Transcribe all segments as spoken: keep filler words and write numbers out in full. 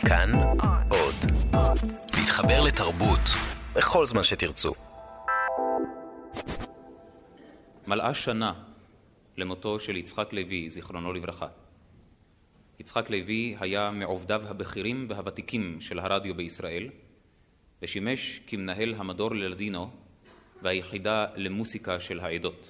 כאן עוד. להתחבר לתרבות בכל זמן שתרצו. מלאה שנה למותו של יצחק לוי, זיכרונו לברכה. יצחק לוי היה מעובדיו הבכירים והוותיקים של הרדיו בישראל, ושימש כמנהל המדור ללדינו והיחידה למוסיקה של העדות.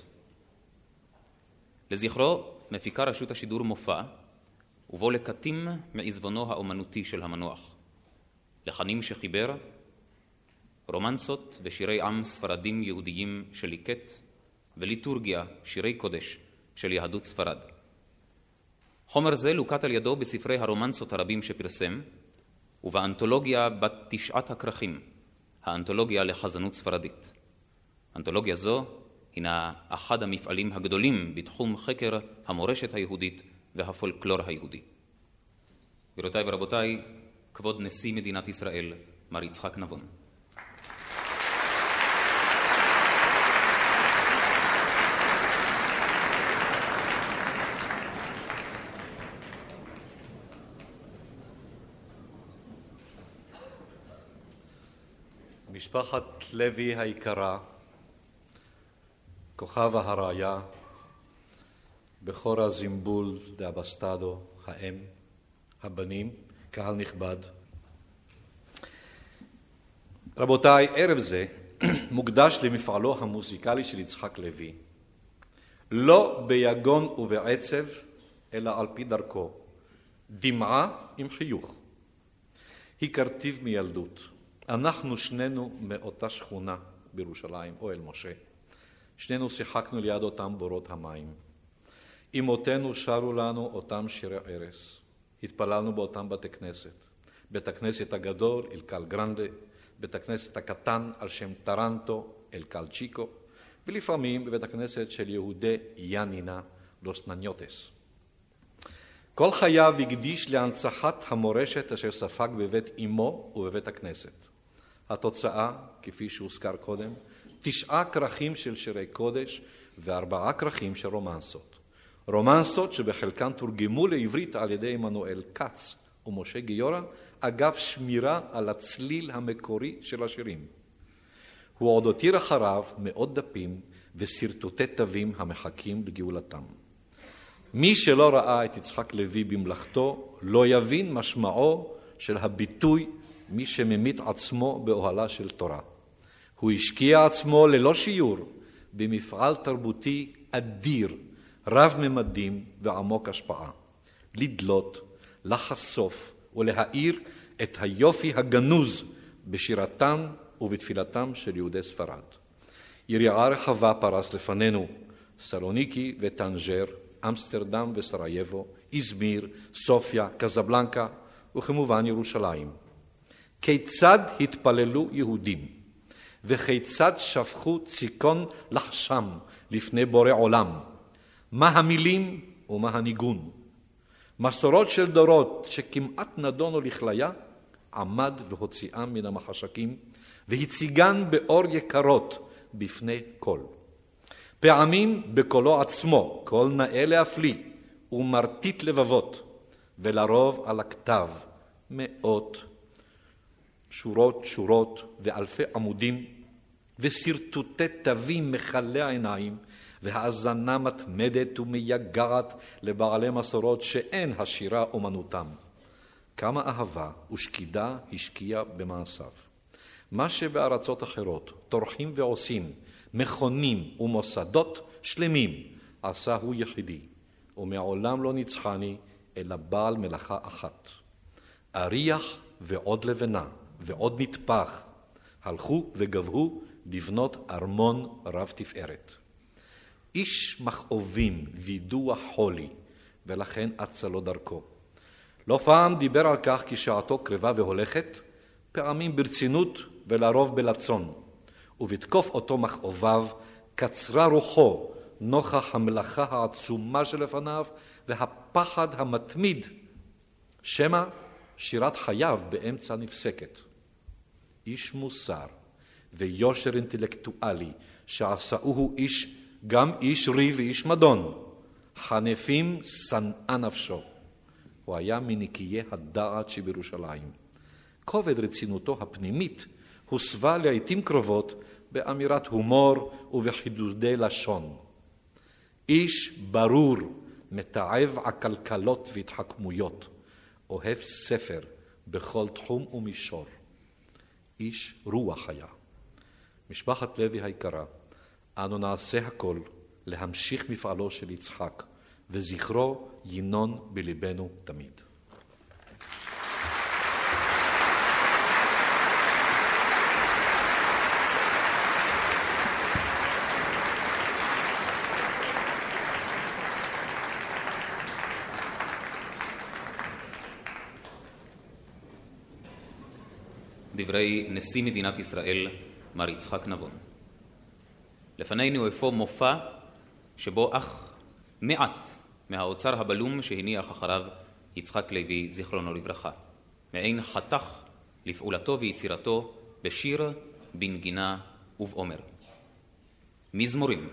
לזכרו מפיקה רשות השידור מופע, ובו לקטים מעזבונו האומנותי של המנוח. לחנים שחיבר, רומנסות ושירי עם ספרדים יהודיים של ליקט, וליטורגיה, שירי קודש של יהדות ספרד. חומר זה לוקט על ידו בספרי הרומנסות הרבים שפרסם, ובאנתולוגיה בת תשעת הכרכים, האנתולוגיה לחזנות ספרדית. אנתולוגיה זו הינה אחד המפעלים הגדולים בתחום חקר המורשת היהודית והפולקלור היהודי. גבירותיי ורבותיי, כבוד נשיא מדינת ישראל, מר יצחק נבון. משפחת לוי היקרה, כוכב הרעיה, בכור הזימבול דאבסטדו, האם, הבנים, קהל נכבד. רבותיי, ערב זה מוקדש למפעלו המוזיקלי של יצחק לוי. לא ביגון ובעצב, אלא על פי דרכו. דמעה עם חיוך. הכרתיו מילדות. אנחנו שנינו מאותה שכונה בירושלים, אוהל משה. שנינו שיחקנו ליד אותם בורות המים. אמותינו שרו לנו אותם שירי ערש. התפללנו באותם בתי כנסת. בית הכנסת הגדול, אל קל גרנדה, בית הכנסת הקטן על שם טרנטו, אל קל צ'יקו, ולפעמים בבית הכנסת של יהודי ינינה, לוס נניוטס. כל חייו הקדיש להנצחת המורשת אשר ספג בבית אמו ובבית הכנסת. התוצאה, כפי שהוזכר קודם, תשעה כרכים של שירי קודש וארבעה כרכים של רומנסות. רומנסות שבחלקן תורגמו לעברית על ידי עמנואל קץ ומשה גיורא, אגב שמירה על הצליל המקורי של השירים. הוא עוד הותיר אחריו מאות דפים וסרטוטי תווים המחכים לגאולתם. מי שלא ראה את יצחק לוי במלאכתו לא יבין משמעו של הביטוי מי שממית עצמו באוהלה של תורה. הוא השקיע עצמו ללא שיעור במפעל תרבותי אדיר, רב ממדים ועמוק השפעה. לדלות, לחשוף ולהאיר את היופי הגנוז בשירתם ובתפילתם של יהודי ספרד. יריעה רחבה פרס לפנינו, סלוניקי וטנג'ר, אמסטרדם וסרייבו, איזמיר, סופיה, קזבלנקה וכמובן ירושלים. כיצד התפללו יהודים וכיצד שפכו ציקון לחשם לפני בורא עולם. מה המילים ומה הניגון. מסורות של דורות שכמעט נדונו לכליה, עמד והוציאם מן המחשקים והציגן באור יקרות בפני כל. פעמים בקולו עצמו, קול נאה להפליא ומרטיט לבבות, ולרוב על הכתב מאות שורות שורות ואלפי עמודים וסרטוטי תווים מחלי העיניים, והאזנה מתמדת ומייגעת לבעלי מסורות שאין השירה אומנותם. כמה אהבה ושקידה השקיע במעשיו. מה שבארצות אחרות טורחים ועושים, מכונים ומוסדות שלמים, עשה הוא יחידי, ומעולם לא ניצחני אלא בעל מלאכה אחת. אריח ועוד לבנה ועוד נטפח הלכו וגבהו לבנות ארמון רב תפארת. איש מכאובים וידוע חולי, ולכן אצה לו דרכו. לא פעם דיבר על כך כי שעתו קרבה והולכת, פעמים ברצינות ולרוב בלצון, ובתקוף אותו מכאוביו קצרה רוחו נוכח המלאכה העצומה שלפניו והפחד המתמיד, שמא שירת חייו באמצע נפסקת. איש מוסר ויושר אינטלקטואלי שעשאוהו איש, גם איש רי ואיש מדון, חנפים שנאה נפשו. הוא היה מנקיי הדעת שבירושלים. כובד רצינותו הפנימית הוסבה לעתים קרובות באמירת הומור ובחידודי לשון. איש ברור, מתעב עקלקלות והתחכמויות, אוהב ספר בכל תחום ומישור. איש רוח היה. משפחת לוי היקרה, אנו נעשה הכל להמשיך מפעלו של יצחק, וזכרו ינון בליבנו תמיד. דברי נשיא מדינת ישראל, מר יצחק נבון. לפנינו אפוא מופע שבו אך מעט מהאוצר הבלום שהניח אחריו יצחק לוי זיכרונו לברכה, מעין חתך לפעולתו ויצירתו בשיר, בנגינה ובעומר. מזמורים.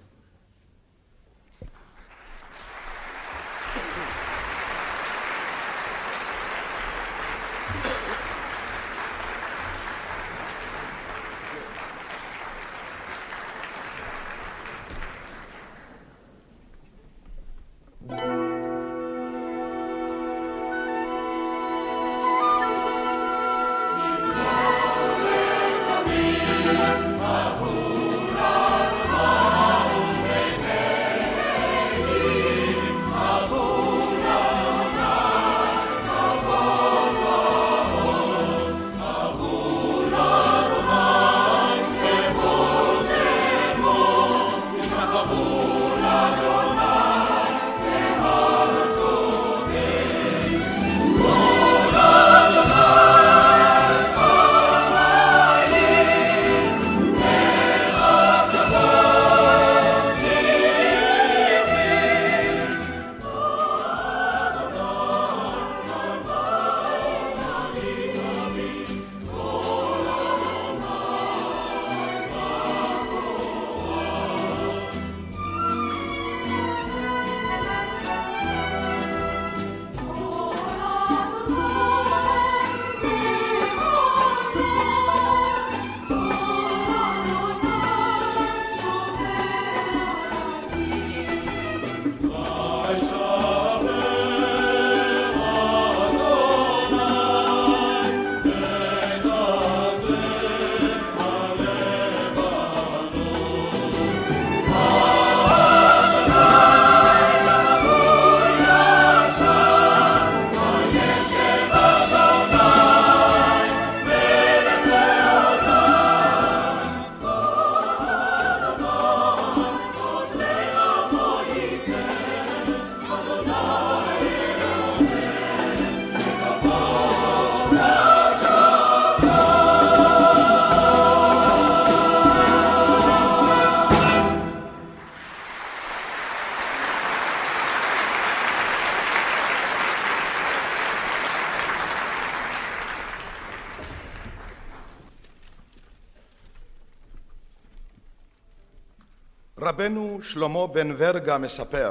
רבנו שלמה בן ורגה מספר,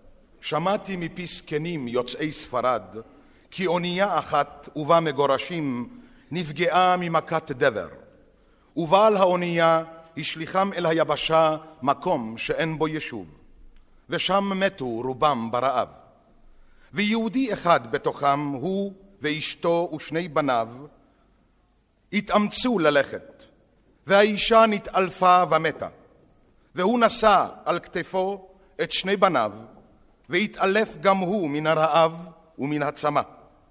שמעתי מפי זקנים יוצאי ספרד כי אונייה אחת ובה מגורשים נפגעה ממכת דבר, ובעל האונייה השליחם אל היבשה מקום שאין בו יישוב, ושם מתו רובם ברעב. ויהודי אחד בתוכם, הוא ואשתו ושני בניו, התאמצו ללכת, והאישה נתעלפה ומתה, והוא נשא על כתפו את שני בניו, והתעלף גם הוא מן הרעב ומן הצמא.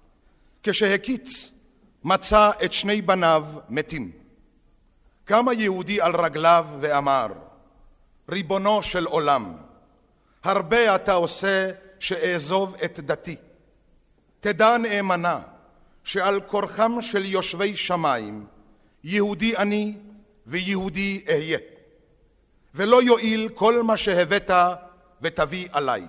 כשהקיץ מצא את שני בניו מתים. קם היהודי על רגליו ואמר, ריבונו של עולם, הרבה אתה עושה שאעזוב את דתי. תדע נאמנה שעל כורחם של יושבי שמיים יהודי אני ויהודי אהיה, ולא יועיל כל מה שהבאת ותביא עליי.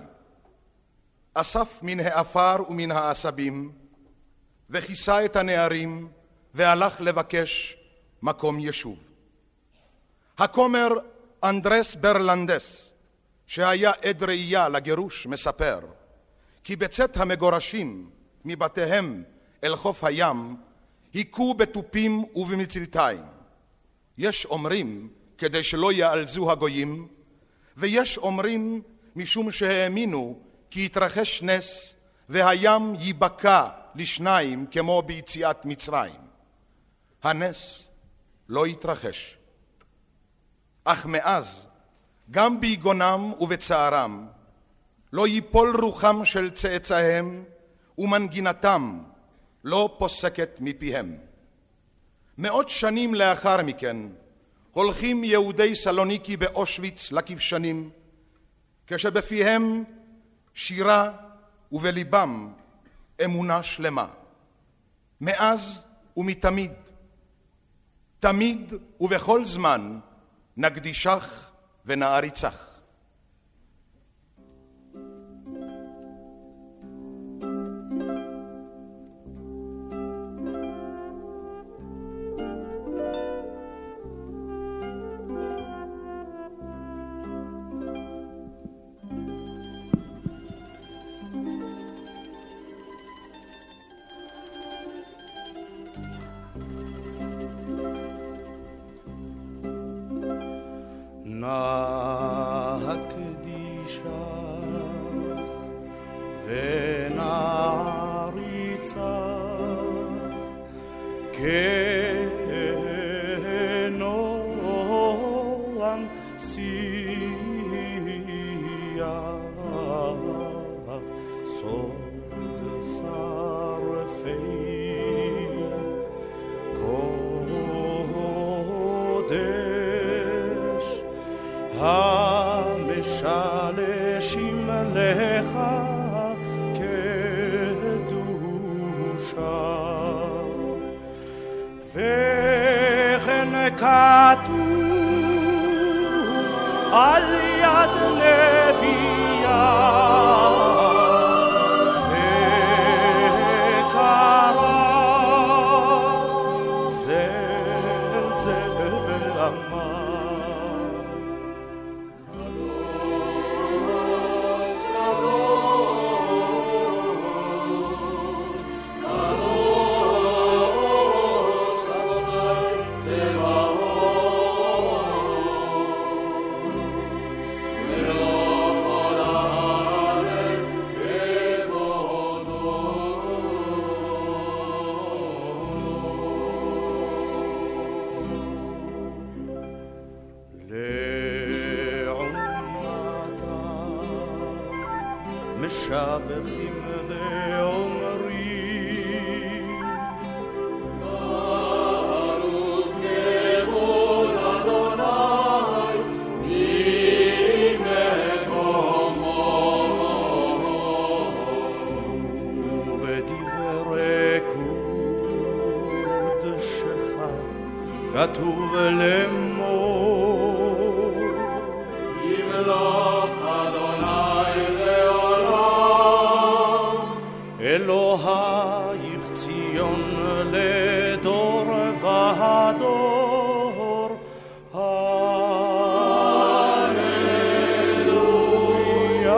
אסף מן האפר ומן העשבים, וכיסה את הנערים, והלך לבקש מקום יישוב. הכומר אנדרס ברלנדס, שהיה עד ראייה לגירוש, מספר, כי בצאת המגורשים מבתיהם אל חוף הים היכו בתופים ובמצלתיים. יש אומרים כדי שלא יעלזו הגויים, ויש אומרים משום שהאמינו כי יתרחש נס והים ייבקע לשניים כמו ביציאת מצרים. הנס לא יתרחש. אך מאז, גם ביגונם ובצערם, לא ייפול רוחם של צאצאיהם, ומנגינתם לא פוסקת מפיהם. מאות שנים לאחר מכן, הולכים יהודי סלוניקי באושוויץ לכבשנים, כשבפיהם שירה ובליבם אמונה שלמה. מאז ומתמיד, תמיד ובכל זמן, נקדישך ונעריצך. המשלשים לך קדושה, וכן כתוב על יד נביאה וקרא זלזל ואמר משבחים ואומרים ברוך כבוד אדוני ממקומו, ובדברי קודשך כתוב לאמור ימלוך אדוני אלוהיך ציון לדור ודור. הללויה.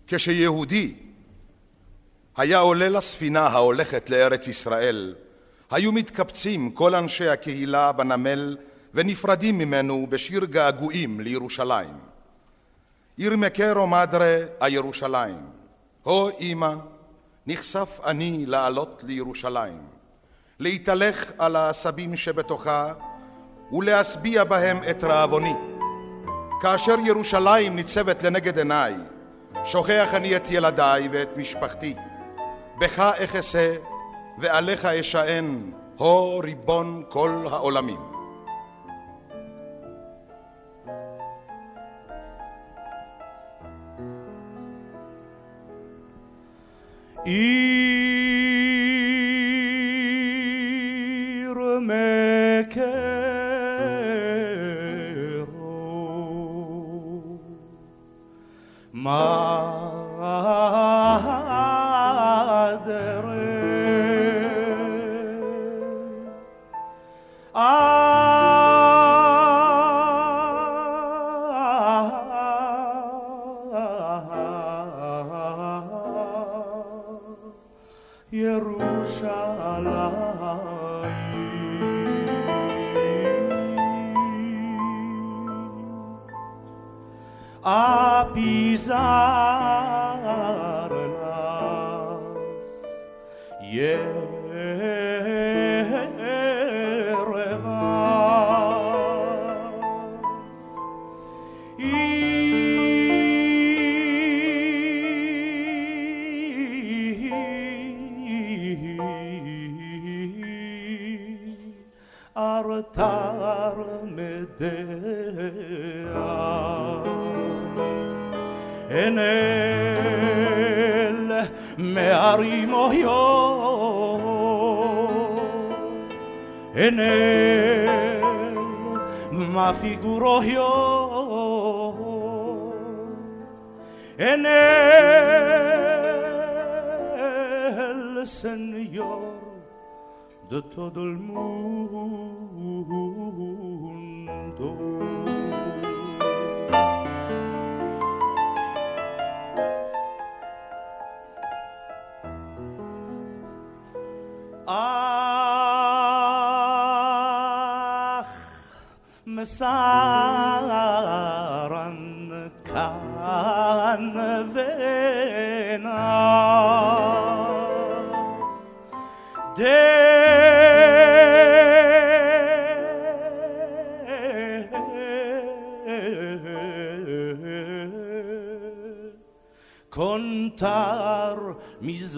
כשיהודי היה עולה לספינה ההולכת לארץ ישראל, היו מתקבצים כל אנשי הקהילה בנמל ונפרדים ממנו בשיר געגועים לירושלים. עיר מקרו מדרה הירושלים, הו אמא, נחשף אני לעלות לירושלים, להתהלך על העשבים שבתוכה ולהשביע בהם את רעבוני. כאשר ירושלים ניצבת לנגד עיניי, שוכח אני את ילדיי ואת משפחתי. בך אחסה ועליך אשען, הו ריבון כל העולמים. עיר מקרו figuro yo en el Señor de todo el mundo. Mesaran kan venas de contar mis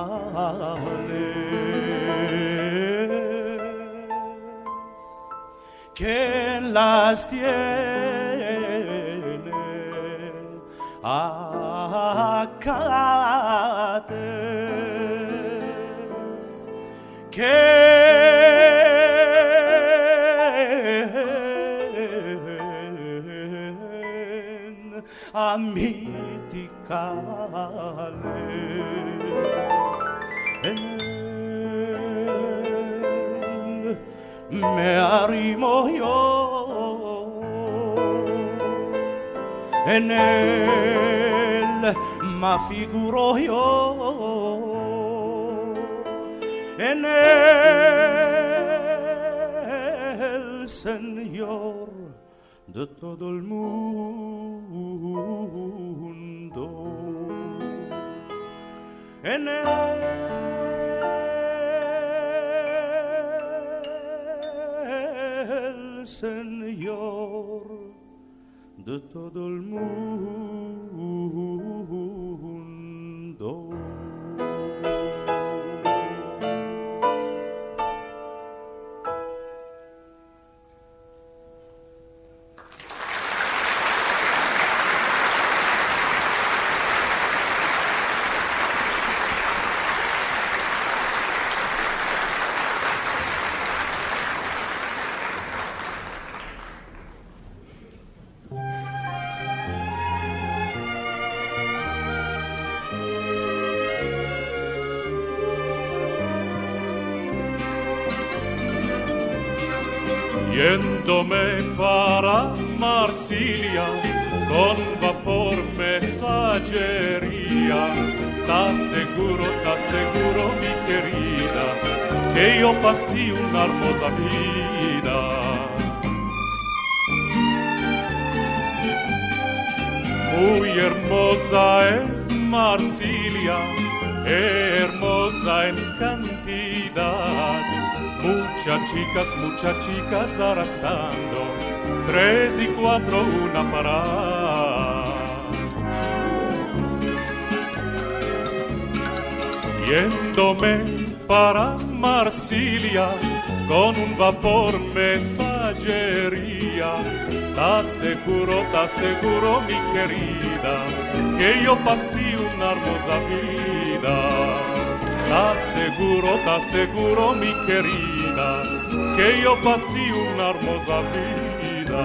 males que las tiene acates que amiticales en él me arrimo yo, en él me figuro yo, en el Señor de todo el mundo, en el Señor de todo el mundo. Yéndome para Marsilia con vapor mensajería, Marsilia, t'asseguro, t'asseguro mi querida, que yo pasé una hermosa vida. Muy hermosa es Marsilia, hermosa en cantidad. Muchas chicas, muchas chicas arrastrando, tres y cuatro una parada. Yéndome para Marsilia con un vapor mensajería, t'asseguro, t'asseguro mi querida, que yo pasé una hermosa vida. T'asseguro, t'asseguro mi querida, que yo pasé una hermosa vida.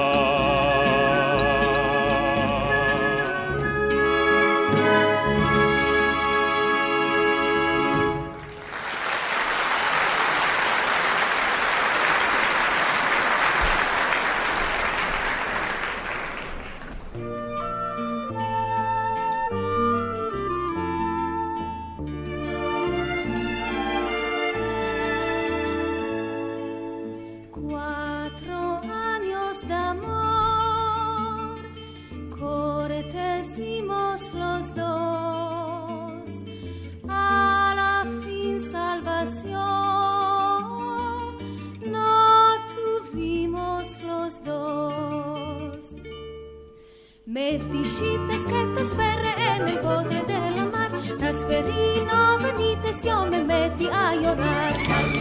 Me dijiste que te espere en el potre de la mar, te esperé y no veniste, yo me metí a llorar.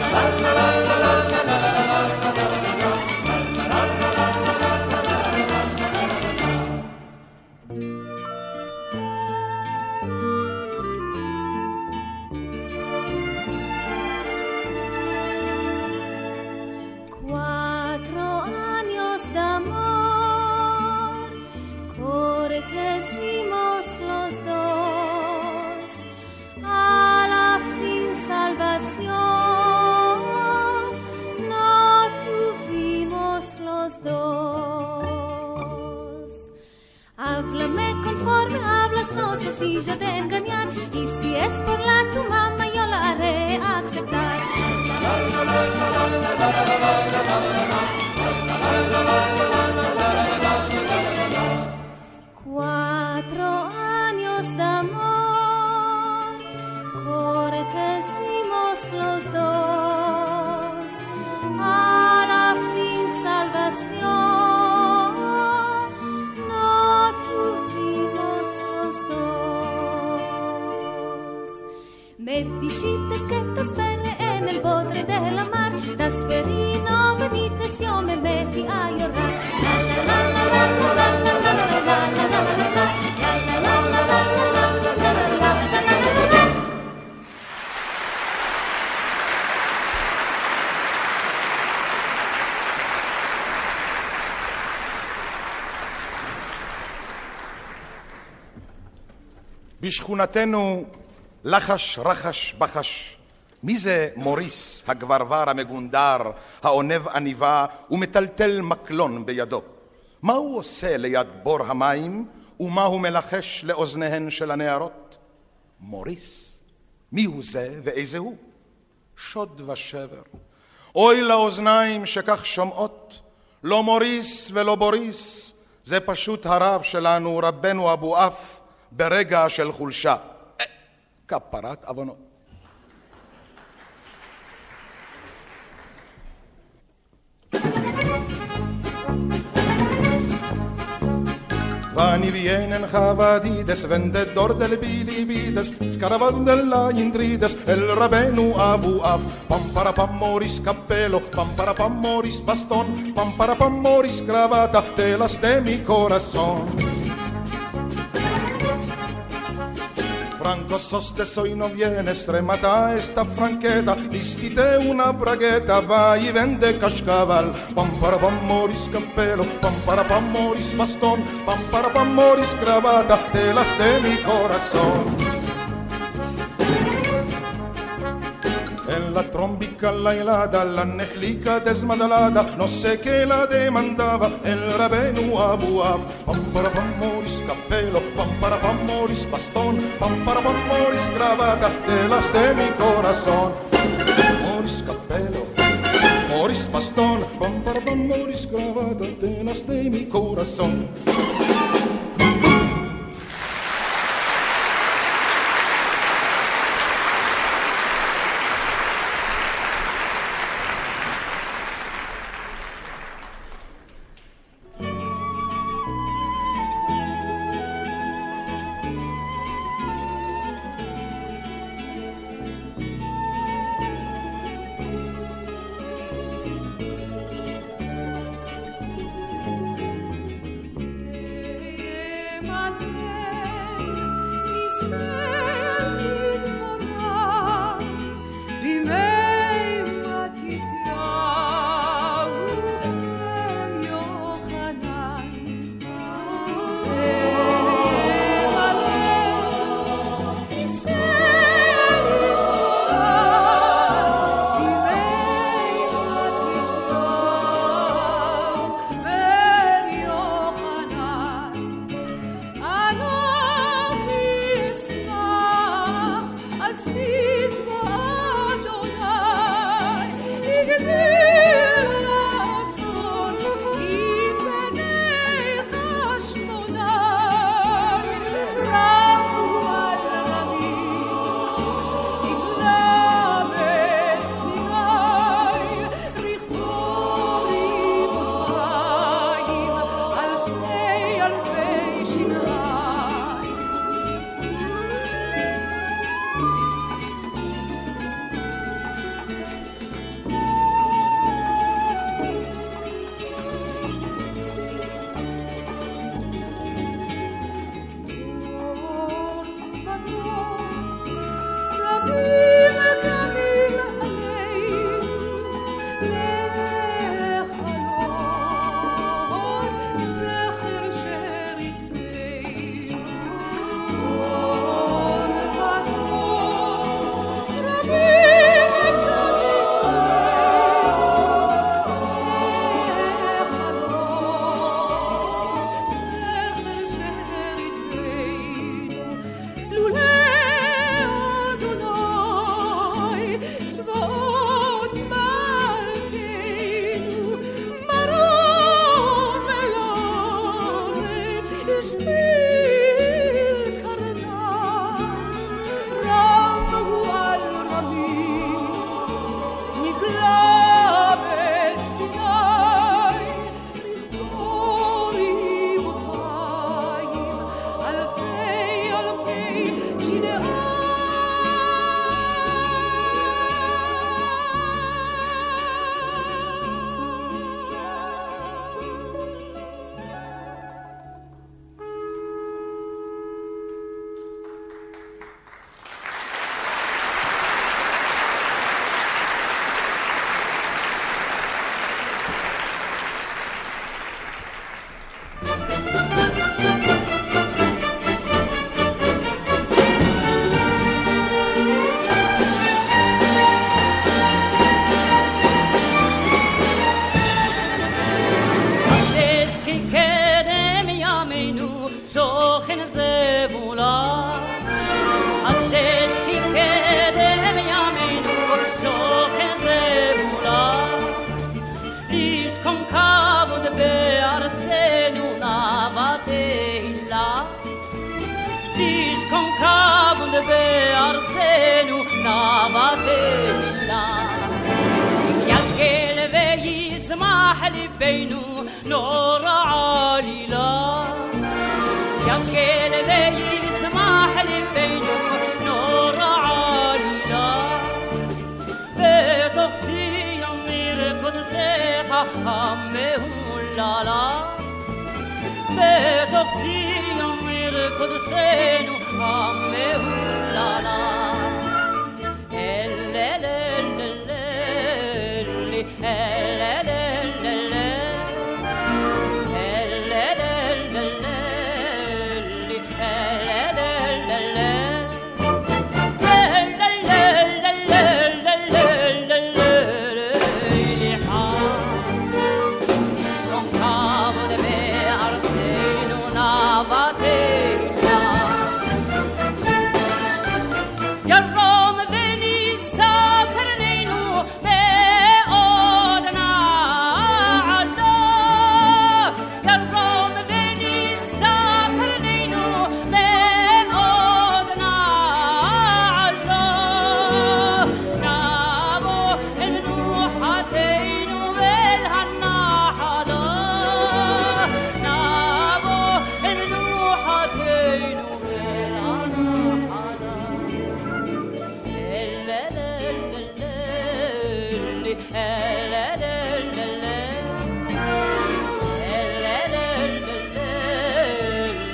Cuatro años de amor, cortésimos los dos, a la fin salvación, no tuvimos los dos. Háblame conforme hablas, no sos hija de engañar, y si es por la tu mamá yo la haré aceptar. Cuatro años de amor, cortésimos los dos, a la fin salvación, no tuvimos los dos. Me dijiste que te esperé en el bote de la mar, te esperé y no veniste, yo me metí a llorar. La la la la la la la la la la la la. בשכונתנו לחש רחש בחש. מי זה מוריס הגברבר המגונדר, העונב עניבה ומטלטל מקלון בידו? מה הוא עושה ליד בור המים ומה הוא מלחש לאוזניהן של הנערות? מוריס. מי הוא זה ואיזה הוא? שוד ושבר. אוי לאוזניים שכך שומעות, לא מוריס ולא בוריס, זה פשוט הרב שלנו, רבנו אבו אף, ברגע של חולשה. כפרת עוונות. Vani vienen javadides, vendedor del bilibides, scaraván de la indrides, el rabenu Abu Af. Pam para pam moris capello, pam para pam moris bastón, pam para pam moris cravata, telas de mi corazón. Franco sos de soy no vienes, remata esta franqueta, listite una bragueta, va y vende cascaval. Pam para pam moris campelo, pam para pam moris bastón, pam para pam moris cravata, telas de mi corazón. En la trombica la helada, la nejlica desmadalada, no sé qué la demandaba el rabenu Abu Af. Pam para pam moris capelo, pam para pam moris bastón, grabata de las de mi corazón. Moris Capello, Moris Bastón, pam, pam, pam, Moris grabata de las de mi corazón.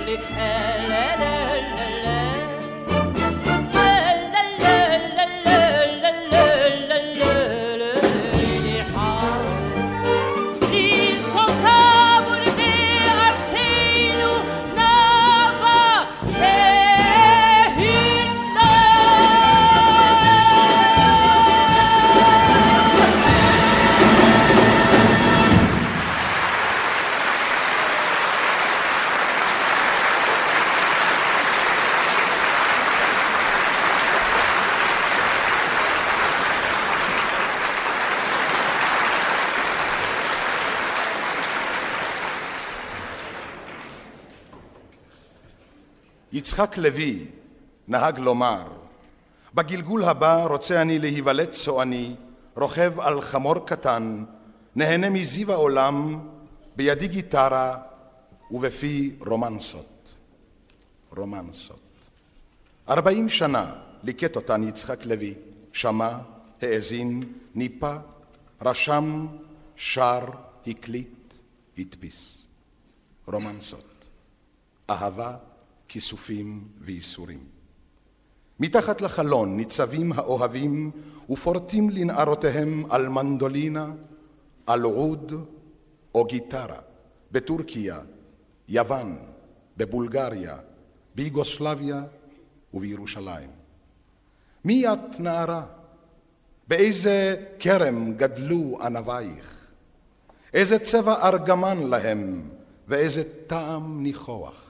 יצחק לוי נהג לומר, בגלגול הבא רוצה אני להיוולד צועני, רוכב על חמור קטן, נהנה מזיו העולם, בידי גיטרה ובפי רומנסות. רומנסות. ארבעים שנה ליקט אותן יצחק לוי, שמע, האזין, ניפה, רשם, שר, הקליט, הדפיס. רומנסות. אהבה, כיסופים וייסורים. מתחת לחלון ניצבים האוהבים ופורטים לנערותיהם על מנדולינה, על עוד או גיטרה, בטורקיה, יוון, בבולגריה, ביוגוסלביה ובירושלים. מי את נערה? באיזה כרם גדלו ענבייך? איזה צבע ארגמן להם ואיזה טעם ניחוח?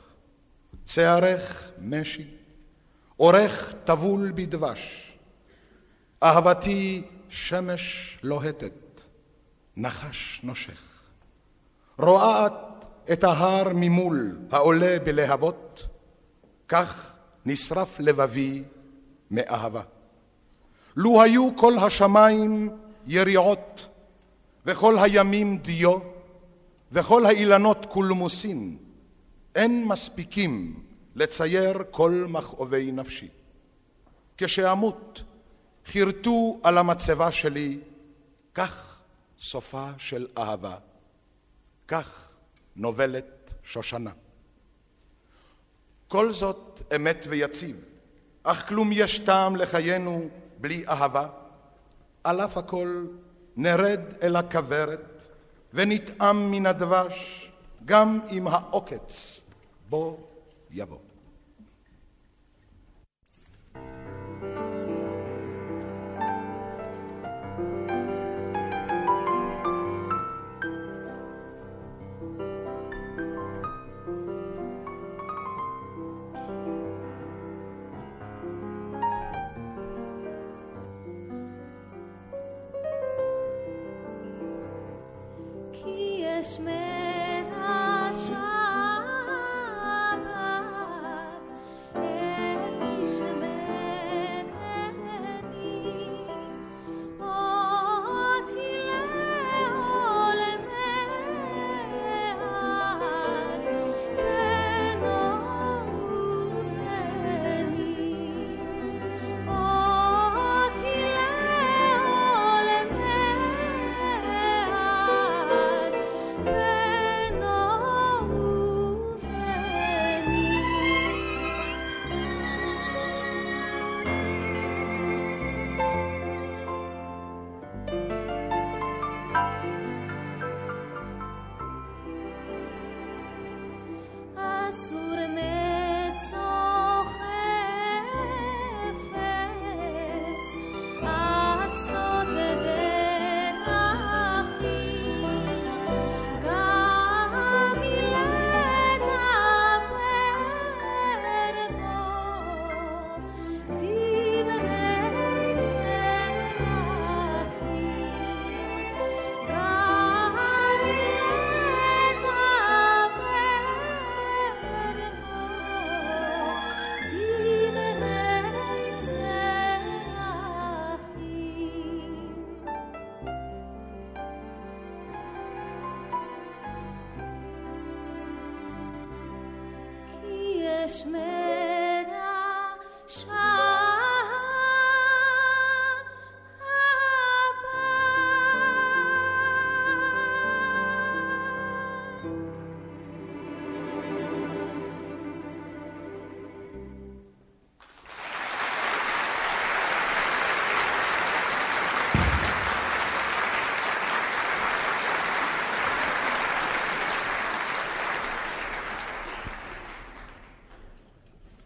שערך משי, אורך טבול בדבש, אהבתי שמש לוהטת, נחש נושך. רואה את את ההר ממול העולה בלהבות, כך נשרף לבבי מאהבה. לו היו כל השמיים יריעות, וכל הימים דיו, וכל האילנות קולמוסין, אין מספיקים לצייר כל מכאובי נפשי. כשאמות חירטו על המצבה שלי, כך סופה של אהבה, כך נובלת שושנה. כל זאת אמת ויציב, אך כלום יש טעם לחיינו בלי אהבה. על אף הכל נרד אל הכברת ונטעם מן הדבש, גם עם העוקץ בו יבוא. כי יש מהשבת אלי שמני אותי לעולמי עד בנו ובני אותי לעולמי עד בנו אסור מצוך חפץ עשות דרכים, גם לדבר בו דברי צרכים, גם לדבר בו דברי צרכים. כי יש מרשבת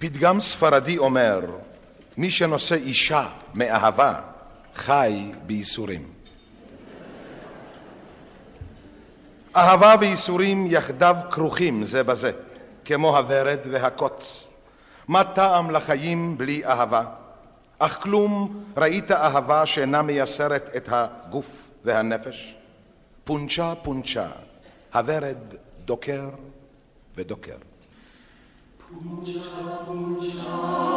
פתגם ספרדי אומר, מי שנושא אישה מאהבה, חי בייסורים. אהבה וייסורים יחדיו כרוכים זה בזה, כמו הוורד והקוץ. מה טעם לחיים בלי אהבה? אך כלום ראית אהבה שאינה מייסרת את הגוף והנפש? פונצ'ה פונצ'ה, הוורד דוקר ודוקר. פונצ'ה פונצ'ה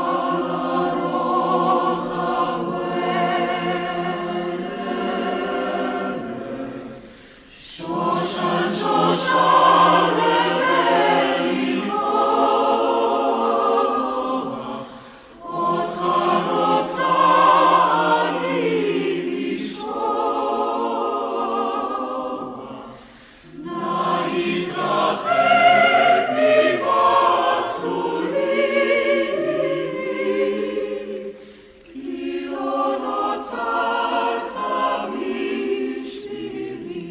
Shoshan, Shoshan, Rebellion, Otcha Rotza Ali Lishkova, Na Yitrachek Mibasurini, Ki lo notzarta bishbili.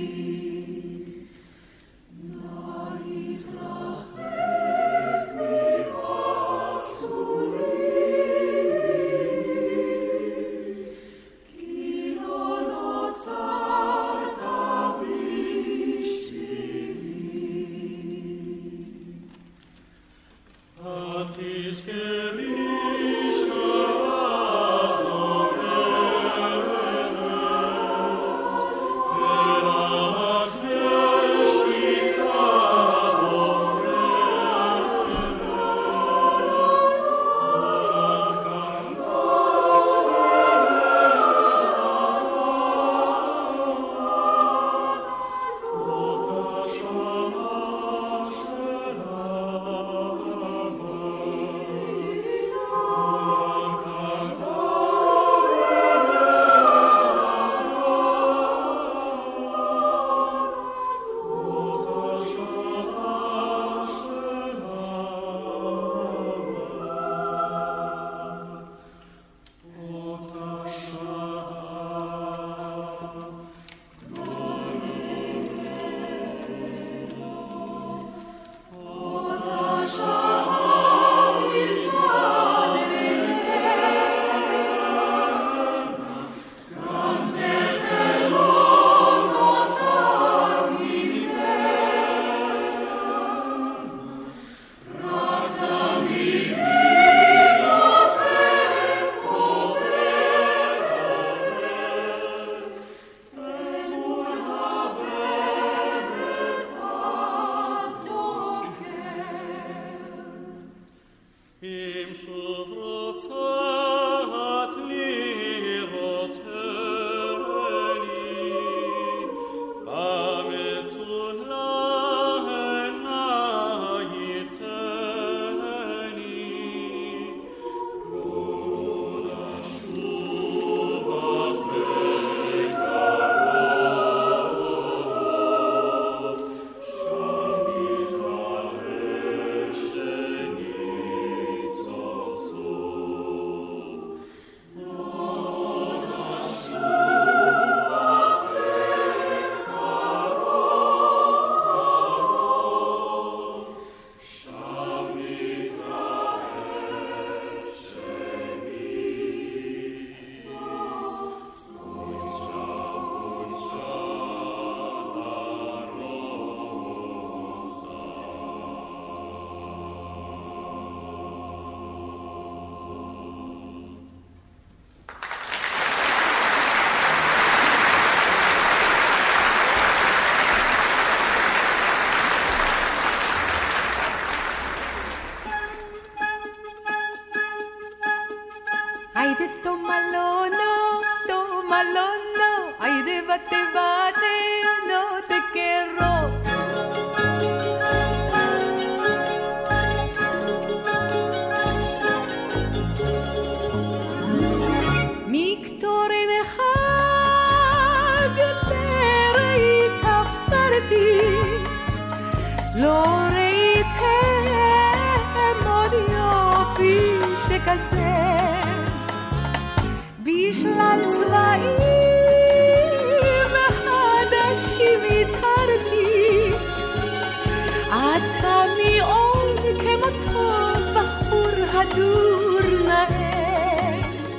כדור נאה.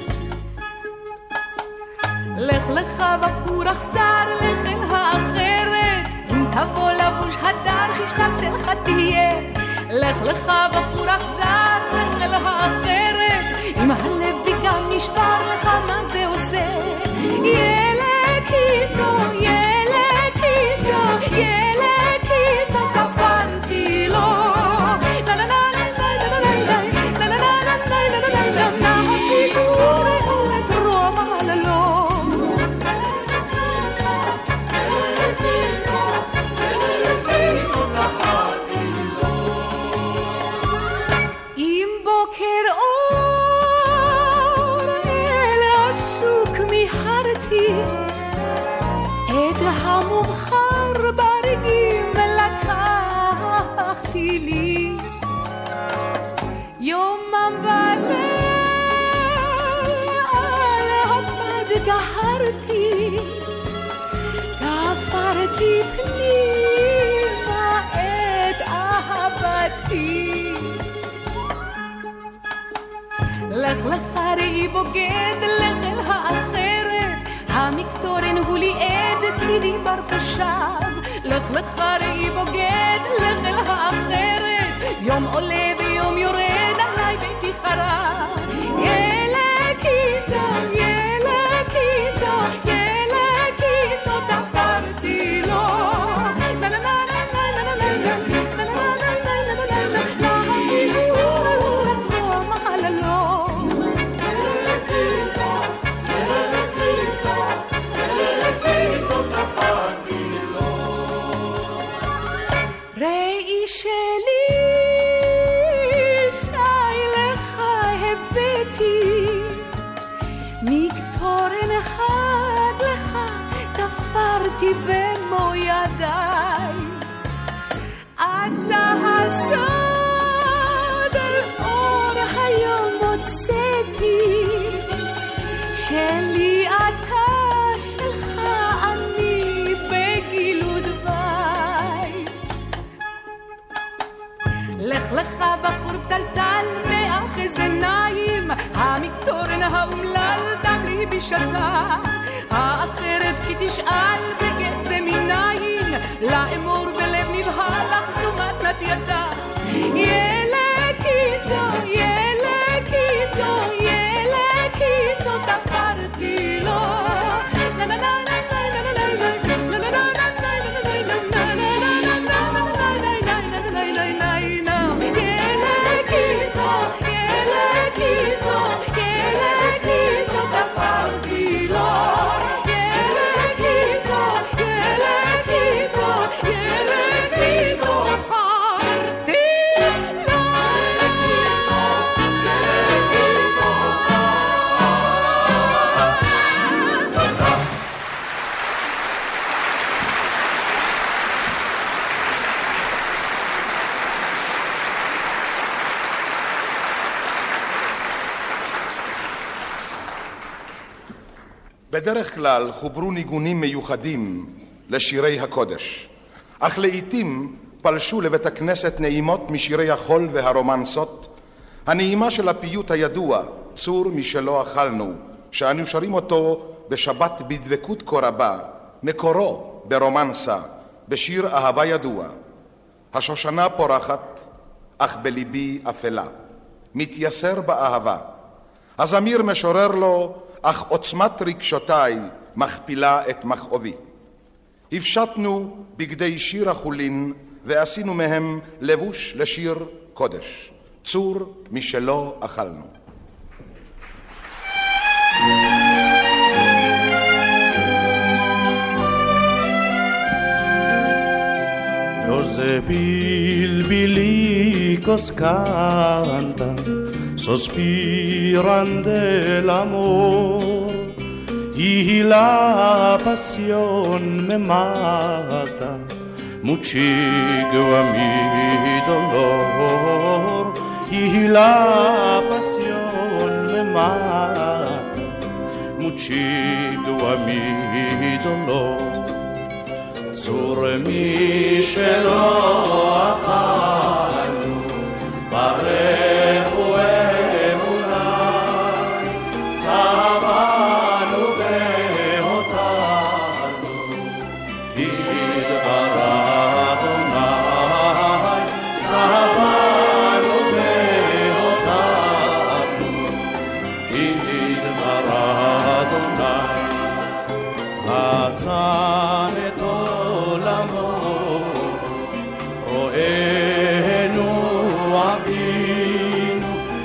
לך לך בחור אכזר, לך אל האחרת, אם תבוא לבוש הדר חשקל שלך תהיה. לך לך בחור אכזר, לך אל האחרת, אם הלב בגלל נשבר לך מה זה עושה. ילד איתו, ילד איתו, ילד איתו תפנתי לו. עם בוקר אור אל השוק מיהרתי, את המובחר ברגים לקחתי לי. יומם בליל על הפד גהרתי, תפרתי פנימה את אהבתי. לך לך ראי בוגד, לך אל האחרת, המקטורן הוא לי עד כי דיברת שווא. לך לך ראי בוגד, לך אל האחרת, יום עולה ויום יורד עליי ביתי חרב. ילד איתו, ילד איתו, ילד איתו תפרתי לו. ראי שלי שי לך הבאתי, מקטורן אחד לך תפרתי במו ידיי. אתה הסוד אל אור היום מוצאתי, שלי אתה שלך אני בגילו דווי. לך לך בחור פתלתל מאחז עיניים, המקטורן האומלל דם לי בשתה. האחרת כי תשאל בגט זה מניין, לאמור בלב נבהל לך זומת נטייתה. ילד איתו, ילד איתו, ילד איתו תפרתי לו. בדרך כלל חוברו ניגונים מיוחדים לשירי הקודש, אך לעתים פלשו לבית הכנסת נעימות משירי החול והרומנסות. הנעימה של הפיוט הידוע, צור משלא אכלנו, שאנו שרים אותו בשבת בדבקות כה רבה, מקורו ברומנסה, בשיר אהבה ידוע. השושנה פורחת, אך בליבי אפלה, מתייסר באהבה. הזמיר משורר לו, אך עוצמת רגשותיי מכפילה את מכאובי. הפשטנו בגדי שיר החולין ועשינו מהם לבוש לשיר קודש, צור משלא אכלנו. Los bilbilicos cantan, sospiran del amor, y la pasión me mata, muchigo a mi dolor, y la pasión me mata, muchigo a mi dolor. צור משלא אכלנו, ברך ואת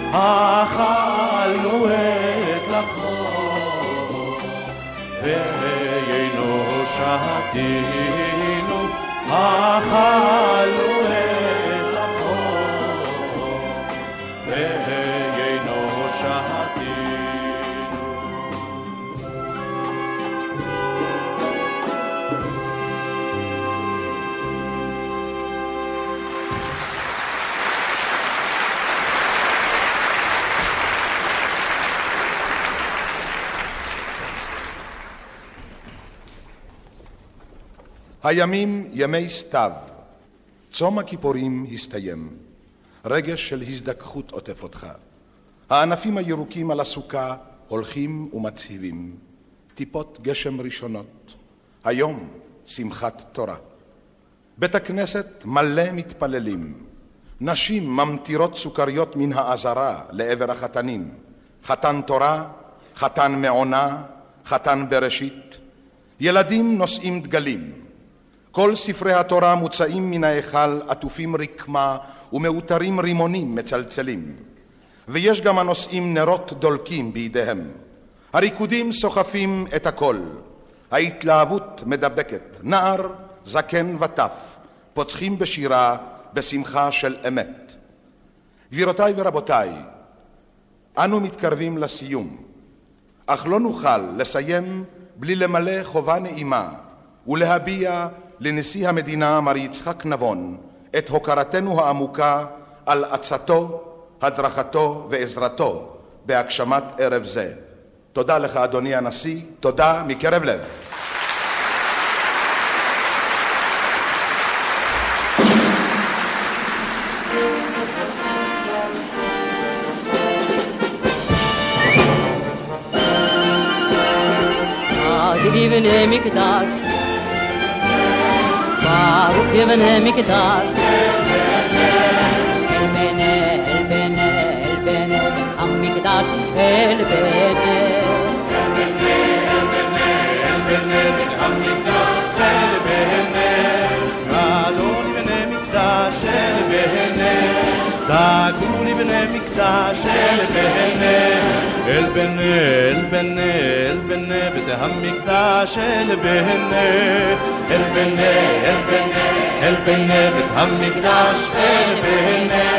אכלנו את לחמו ויינו שתינו אכלנו את לחמו ויינו שתינו הימים ימי סתיו, צום הכיפורים הסתיים, רגש של הזדככות עוטף אותך. הענפים הירוקים על הסוכה הולכים ומצהיבים, טיפות גשם ראשונות, היום שמחת תורה. בית הכנסת מלא מתפללים, נשים ממטירות סוכריות מן העזרה לעבר החתנים, חתן תורה, חתן מעונה, חתן בראשית, ילדים נושאים דגלים, כל ספרי התורה מוצאים מן ההיכל עטופים רקמה ומאותרים רימונים מצלצלים, ויש גם הנושאים נרות דולקים בידיהם. הריקודים סוחפים את הכל, ההתלהבות מדבקת, נער, זקן וטף, פוצחים בשירה בשמחה של אמת. גבירותיי ורבותיי, אנו מתקרבים לסיום, אך לא נוכל לסיים בלי למלא חובה נעימה ולהביע לנשיא המדינה מר יצחק נבון את הוקרתנו העמוקה על עצתו, הדרכתו ועזרתו בהגשמת ערב זה. תודה לך אדוני הנשיא, תודה מקרב לב. יבנה מקדש, ברוך יבנה מקדש, אל בנה, אל בנה, אל בנה, המקדש אל בנה, אל בנה, אל בנה, אל בנה, המקדש אל בנה, אדון יבנה מקדש אל בנה, דאגו לבנה מקדש אל בנה, אל בנה, אל בנה, אל בנה, בית המקדש אל בנה, אל בנה, אל בנה, אל בנה, בית המקדש אל בנה,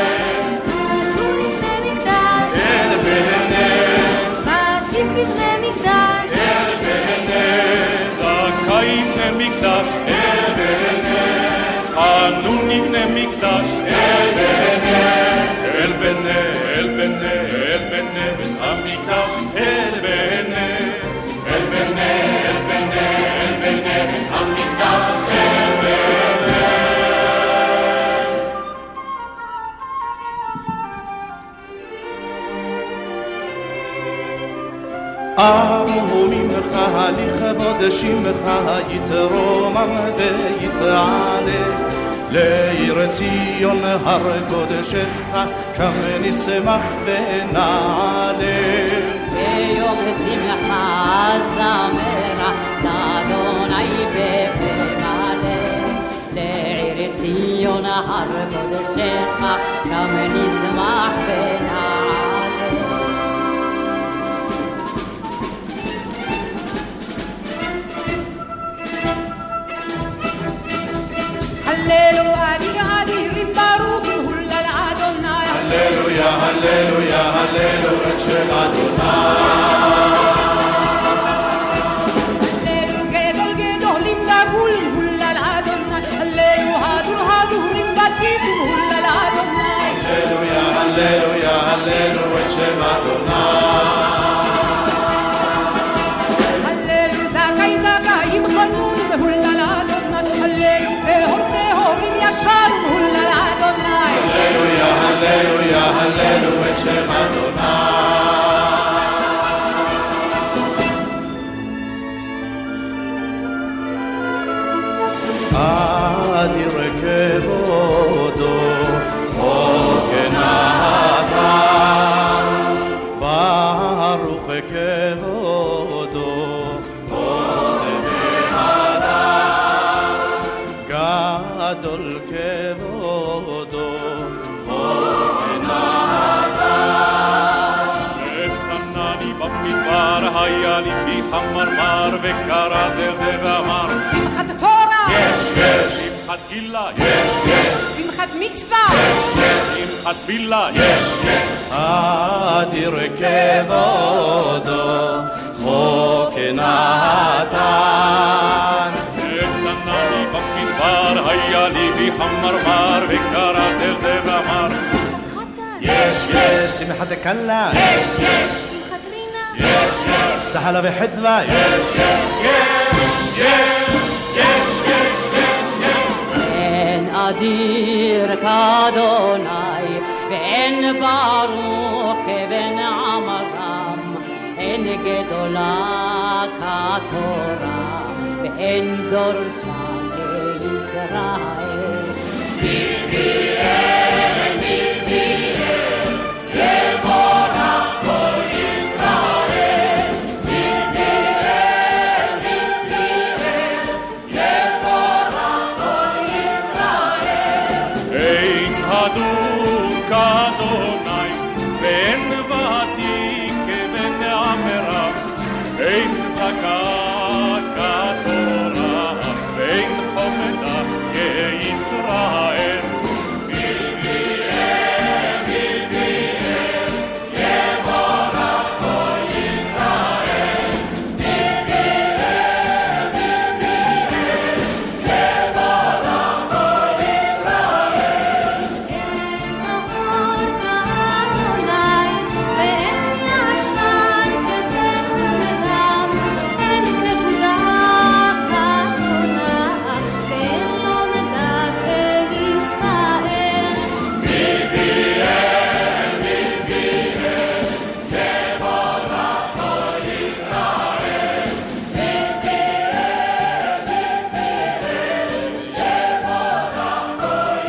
אל בנה, ותיק בבני מקדש, אל בנה, זכאים בני מקדש, אל בנה, חנון נבנה מקדש, אל בנה, אל בנה, אל בנה, אל בנה, בית המקדש, אל בנה, אל בנה, אל בנה, אל בנה, בית המקדש, אל בנה. ארמו ממך לכבוד שמך יתרומם ויתעלה לעיר ציון הר קודשך שם נשמח ונעלה ביום שמחה זמרה לאדוני בפה מלא לעיר ציון הר קודשך שם נשמח ונעלה הללויה אדיר אדירים ברוך הוא לאדוני הללויה הללויה הללויה של אדוני הללו גדול גדולים דגולים הוא לאדוני הללו הדור הדורים בתיקון הוא לאדוני הללויה הללויה הללויה של אדוני הללו זכאי זכאים חנון והוא לאדוני הללו טהור טהורים ישר הוא לאדוני הללויה הללויה הללויה של אדוני אדיר כבודו חוגן אתה ברוך כבודו חוגן אתה גדול כבודו חוגן אתה חמרמר וקרא זה זה ואמר שמחת תורה יש יש שמחת גילה יש יש שמחת מצווה יש יש שמחת בילה יש יש אדיר כבודו חוק נתן קטנני במדבר היה לי בי חמרמר וקרא זה זה ואמר יש יש שמחת קלה יש יש שמחת רינה יש יש סהלה וחדווה יש יש יש יש אין אדיר כאדוני ואין ברוך כבן עמרם אין גדולה כתורה ואין דורשה כישראל ביביאל ביביאל יבורך כל ישראל ביביאל ביביאל יבורך כל ישראל אין הדוק אדוני ואין ותיק כבן עמרם אין זכה כתורה ואין חומדה כישראל ביביאל ביביאל יבורך כל ישראל ביביאל ביביאל יבורך כל ישראל אין אור כאדוני ואין ישר כבן עמרם אין כבודה כתורה ואין לומדה כישראל ביביאל ביביאל יבורך כל ישראל ביביאל ביביאל יבורך כל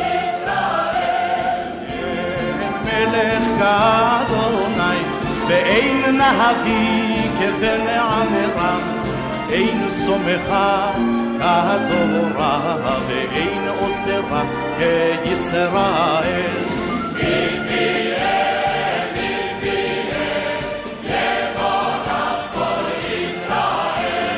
ישראל מלך כאדוני ואין נביא כבן עמרם אין סומכה כתורה ואין עוזרה כישראל ביביאל ביביאל יבורך כל ישראל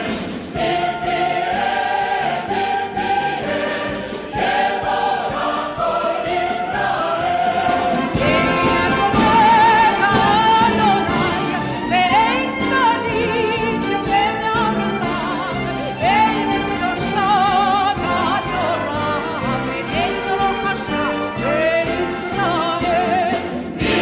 ביביאל ביביאל יבורך כל ישראל אין בורא כאדוני ואין צדיק כבן עמרם אין קדושה כתורה ואין רוחשה כישראל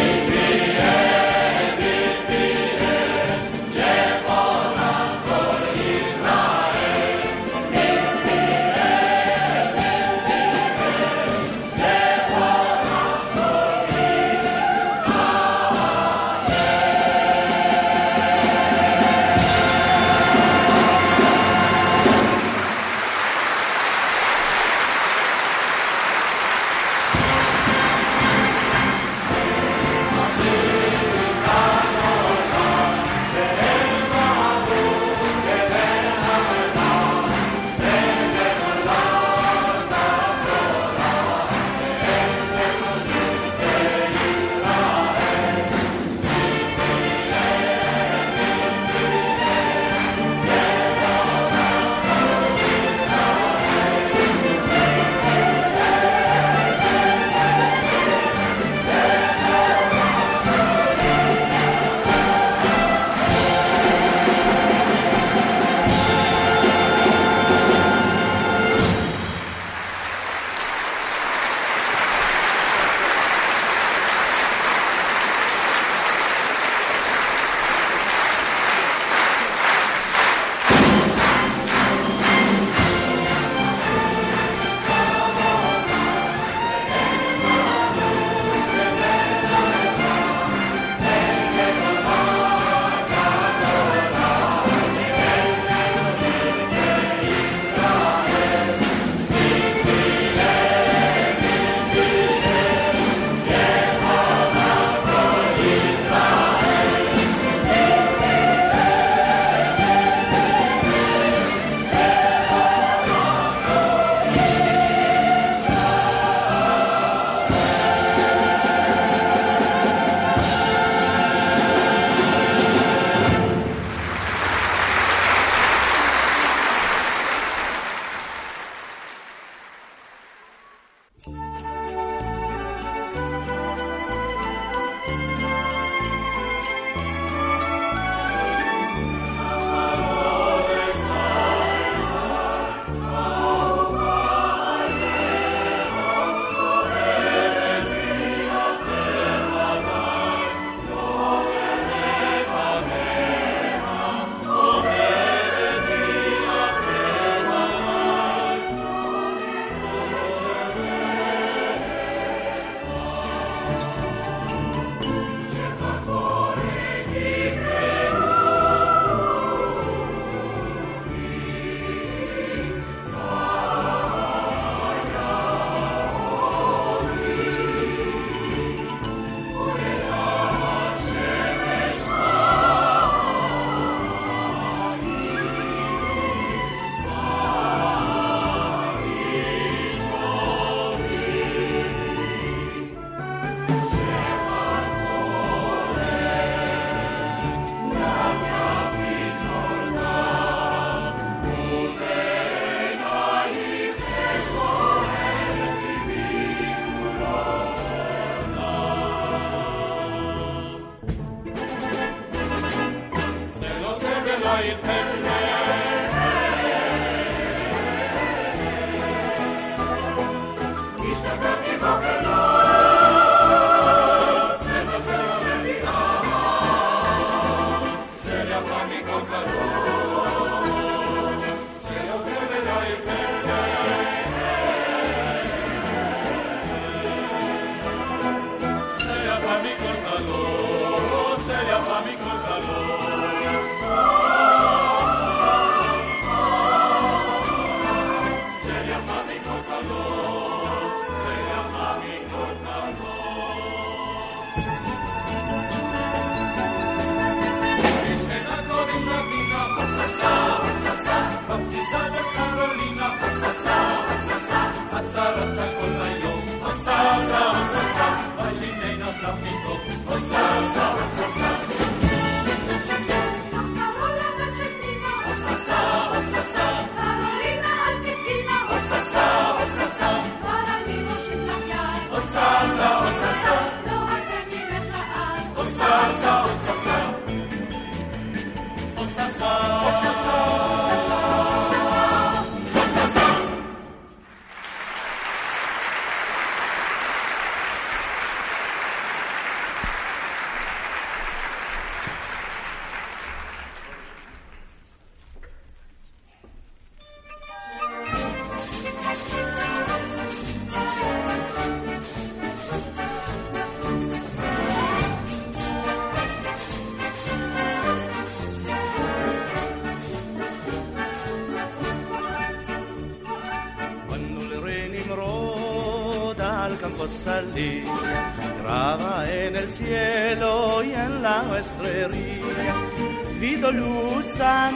Salir, graba en el cielo y en la nuestrería, vido luz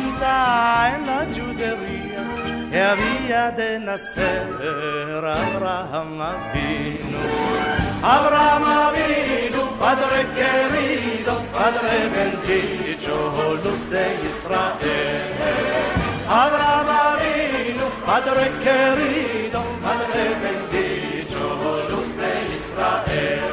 santa en la judería, y había de nacer Abraham Avinu. Abraham Avinu, Padre querido, Padre bendito, luz de Israel. Abraham Avinu, Padre querido, Padre bendito, luz de Israel.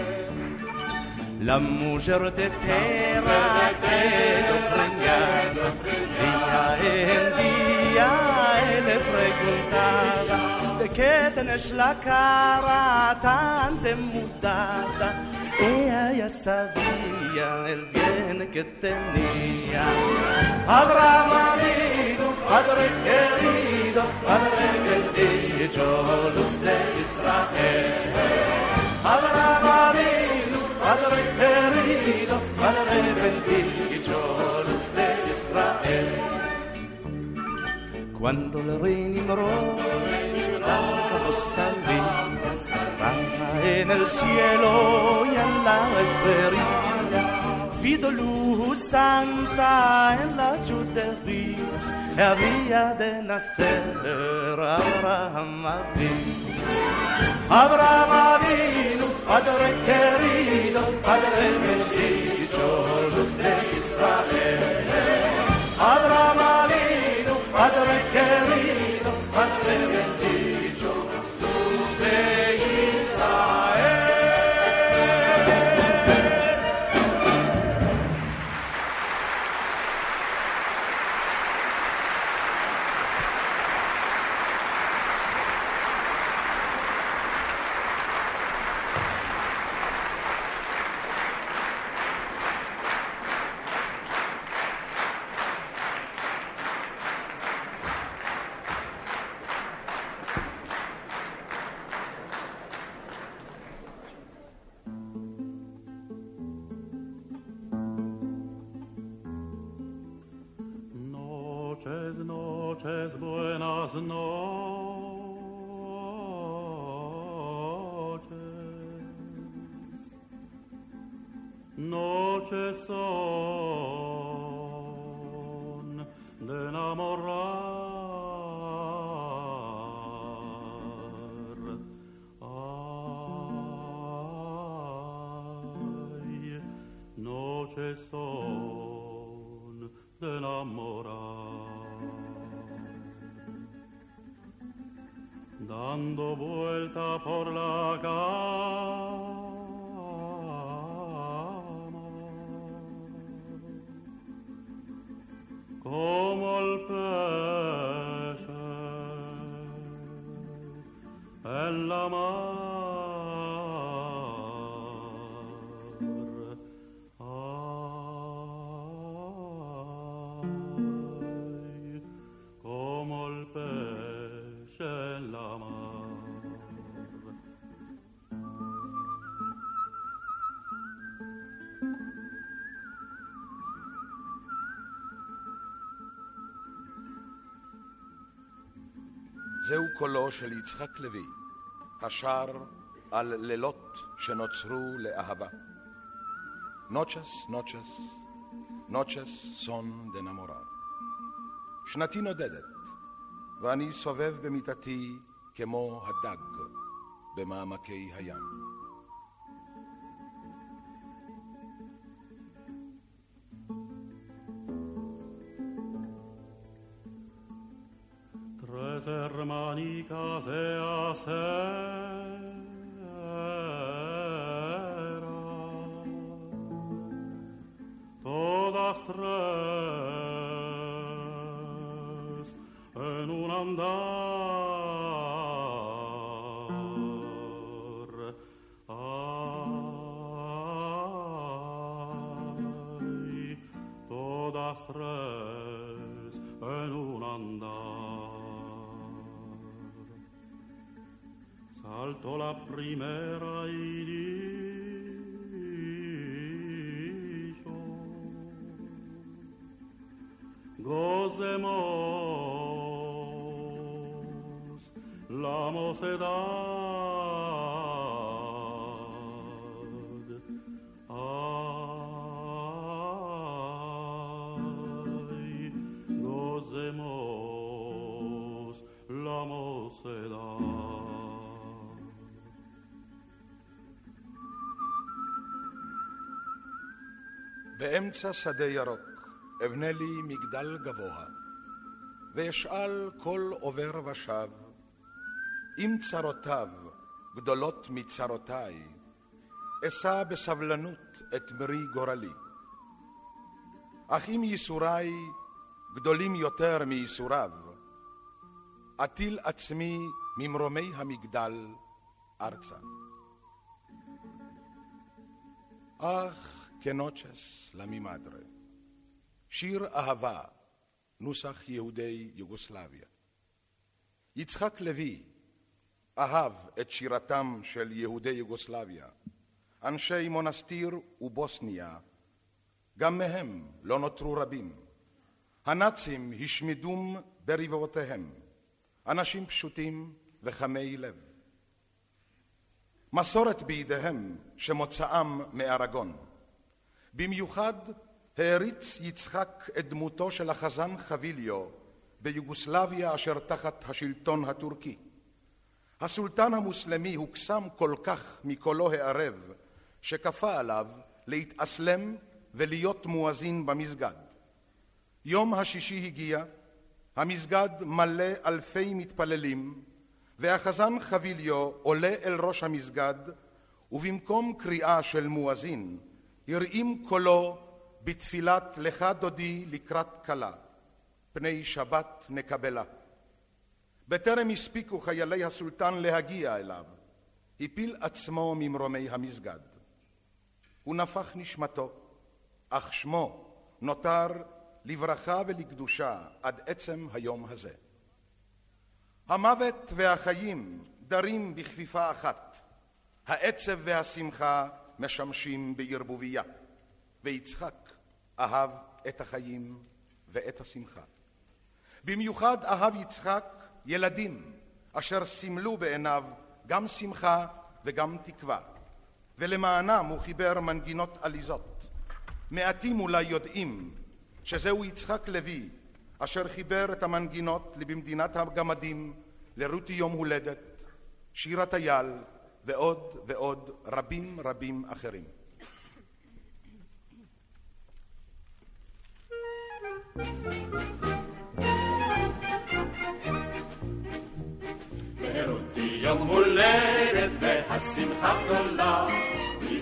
La mujer de tierra quedó preñada, día en día él le preguntaba, ¿de qué tenés la cara tan demudada? Ella ya sabía el bien que tenía. Abraham Avinu, Padre querido, Padre bendito, luz de Israel. Abraham Avinu, Padre querido, Padre bendito, luz de Israel. Cuando el rey Nimrod acabó salir, en el cielo y en la estrella, vido luz santa en la judería, había de nacer Abraham Avinu. Abraham Avinu, Padre querido, Padre bendito, luz de Israel. Abraham Avinu, Padre querido, Padre bendito, luz de Israel. Noches buenas noches, noches son de enamorar. Ay, noches son de enamorar. Dando vuelta por la cama, como el pesce en la mar. Ay, como el pesce en la mar. זהו קולו של יצחק לוי, השר על לילות שנוצרו לאהבה. נוצ'ס, נוצ'ס, נוצ'ס סון דנמורה. שנתי נודדת, ואני סובב במיטתי כמו הדג במעמקי הים. Tres hermanicas de acera, todas tres en un andar. Ay, todas tres en un andar. Saltó la primera y dijo: gocemos la mocedad. Ay, gocemos la mocedad. באמצע שדה ירוק אבנה לי מגדל גבוה, ואשאל כל עובר ושב, אם צרותיו גדולות מצרותיי, אשא בסבלנות את מרי גורלי. אך אם ייסוריי גדולים יותר מייסוריו, אטיל עצמי ממרומי המגדל ארצה. אך כנוצ'ס למי מדרה, שיר אהבה, נוסח יהודי יוגוסלביה. יצחק לוי אהב את שירתם של יהודי יוגוסלביה, אנשי מונסטיר ובוסניה, גם מהם לא נותרו רבים. הנאצים השמידום ברבעותיהם, אנשים פשוטים וחמי לב. מסורת בידיהם שמוצאם מארגון. במיוחד העריץ יצחק את דמותו של החזן חביליו ביוגוסלביה אשר תחת השלטון הטורקי. הסולטן המוסלמי הוקסם כל כך מקולו הערב שכפה עליו להתאסלם ולהיות מואזין במסגד. יום השישי הגיע, המסגד מלא אלפי מתפללים, והחזן חביליו עולה אל ראש המסגד, ובמקום קריאה של מואזין הראים קולו בתפילת לך דודי לקראת כלה, פני שבת נקבלה. בטרם הספיקו חיילי הסולטן להגיע אליו, הפיל עצמו ממרומי המסגד. הוא נפח נשמתו, אך שמו נותר לברכה ולקדושה עד עצם היום הזה. המוות והחיים דרים בכפיפה אחת, העצב והשמחה משמשים בערבוביה, ויצחק אהב את החיים ואת השמחה. במיוחד אהב יצחק ילדים אשר סימלו בעיניו גם שמחה וגם תקווה, ולמענם הוא חיבר מנגינות עליזות. מעטים אולי יודעים שזהו יצחק לוי אשר חיבר את המנגינות לבמדינת הגמדים, לרותי יום הולדת, שירת אייל ועוד ועוד רבים רבים אחרים. לרותי יום הולדת והשמחה גדולה,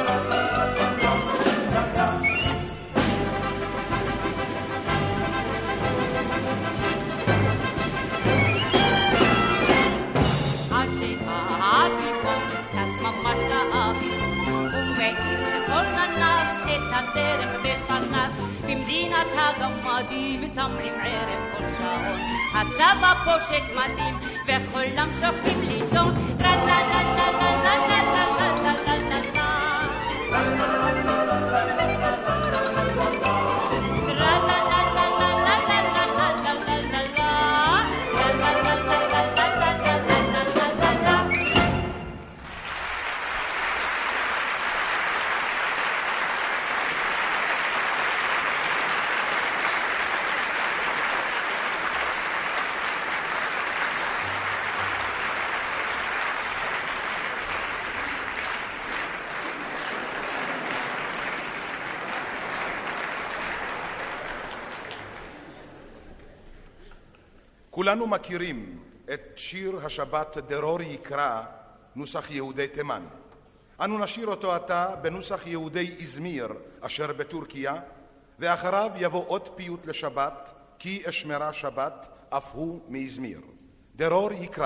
פנס, במדינת הגמדים מטמעים ערב כל שעון. הצבא פושט מדים וכולם שוכבים לישון. כולנו מכירים את שיר השבת דרור יקרא, נוסח יהודי תימן. אנו נשיר אותו עתה בנוסח יהודי איזמיר אשר בטורקיה, ואחריו יבוא עוד פיוט לשבת, כי אשמרה שבת, אף הוא מאיזמיר. דרור יקרא.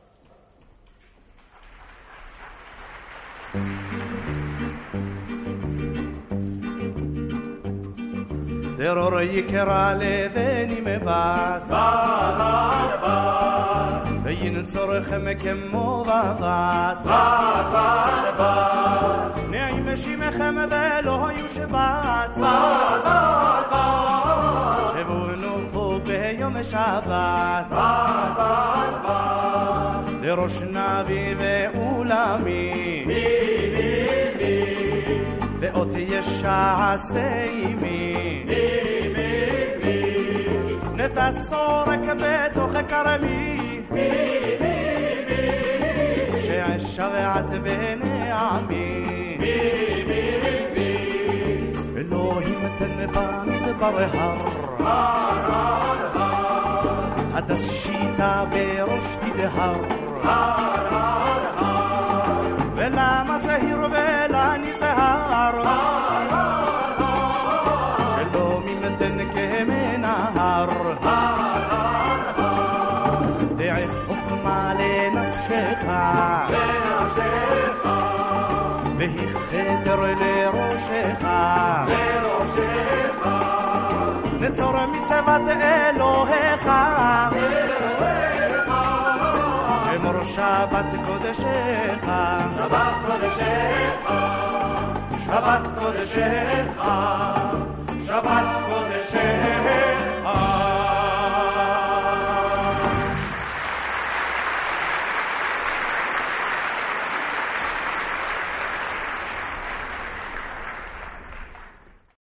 דרור יקרא לבני מבט בת בת וינצורכם כמו בבת בת בת נעים שימכם ולא היו שבת בת בת שבו נוחו ביום שבת בת בת לראש נביא ואולמי בי בי בי ואות ישעשה עמי נתסורק בתוך כרמי שעשבת ונעמי אלוהים תן במדבר הר הדס שיטה בראש תדהר ולמה זהיר ולני זהר שלא ממתן כמנהר דעי חוכמה לנפשך והיא חדר לראשך נצור מצוות אלוהיך שמור שבת קודשך שבת קודשך שבת קודשך שבת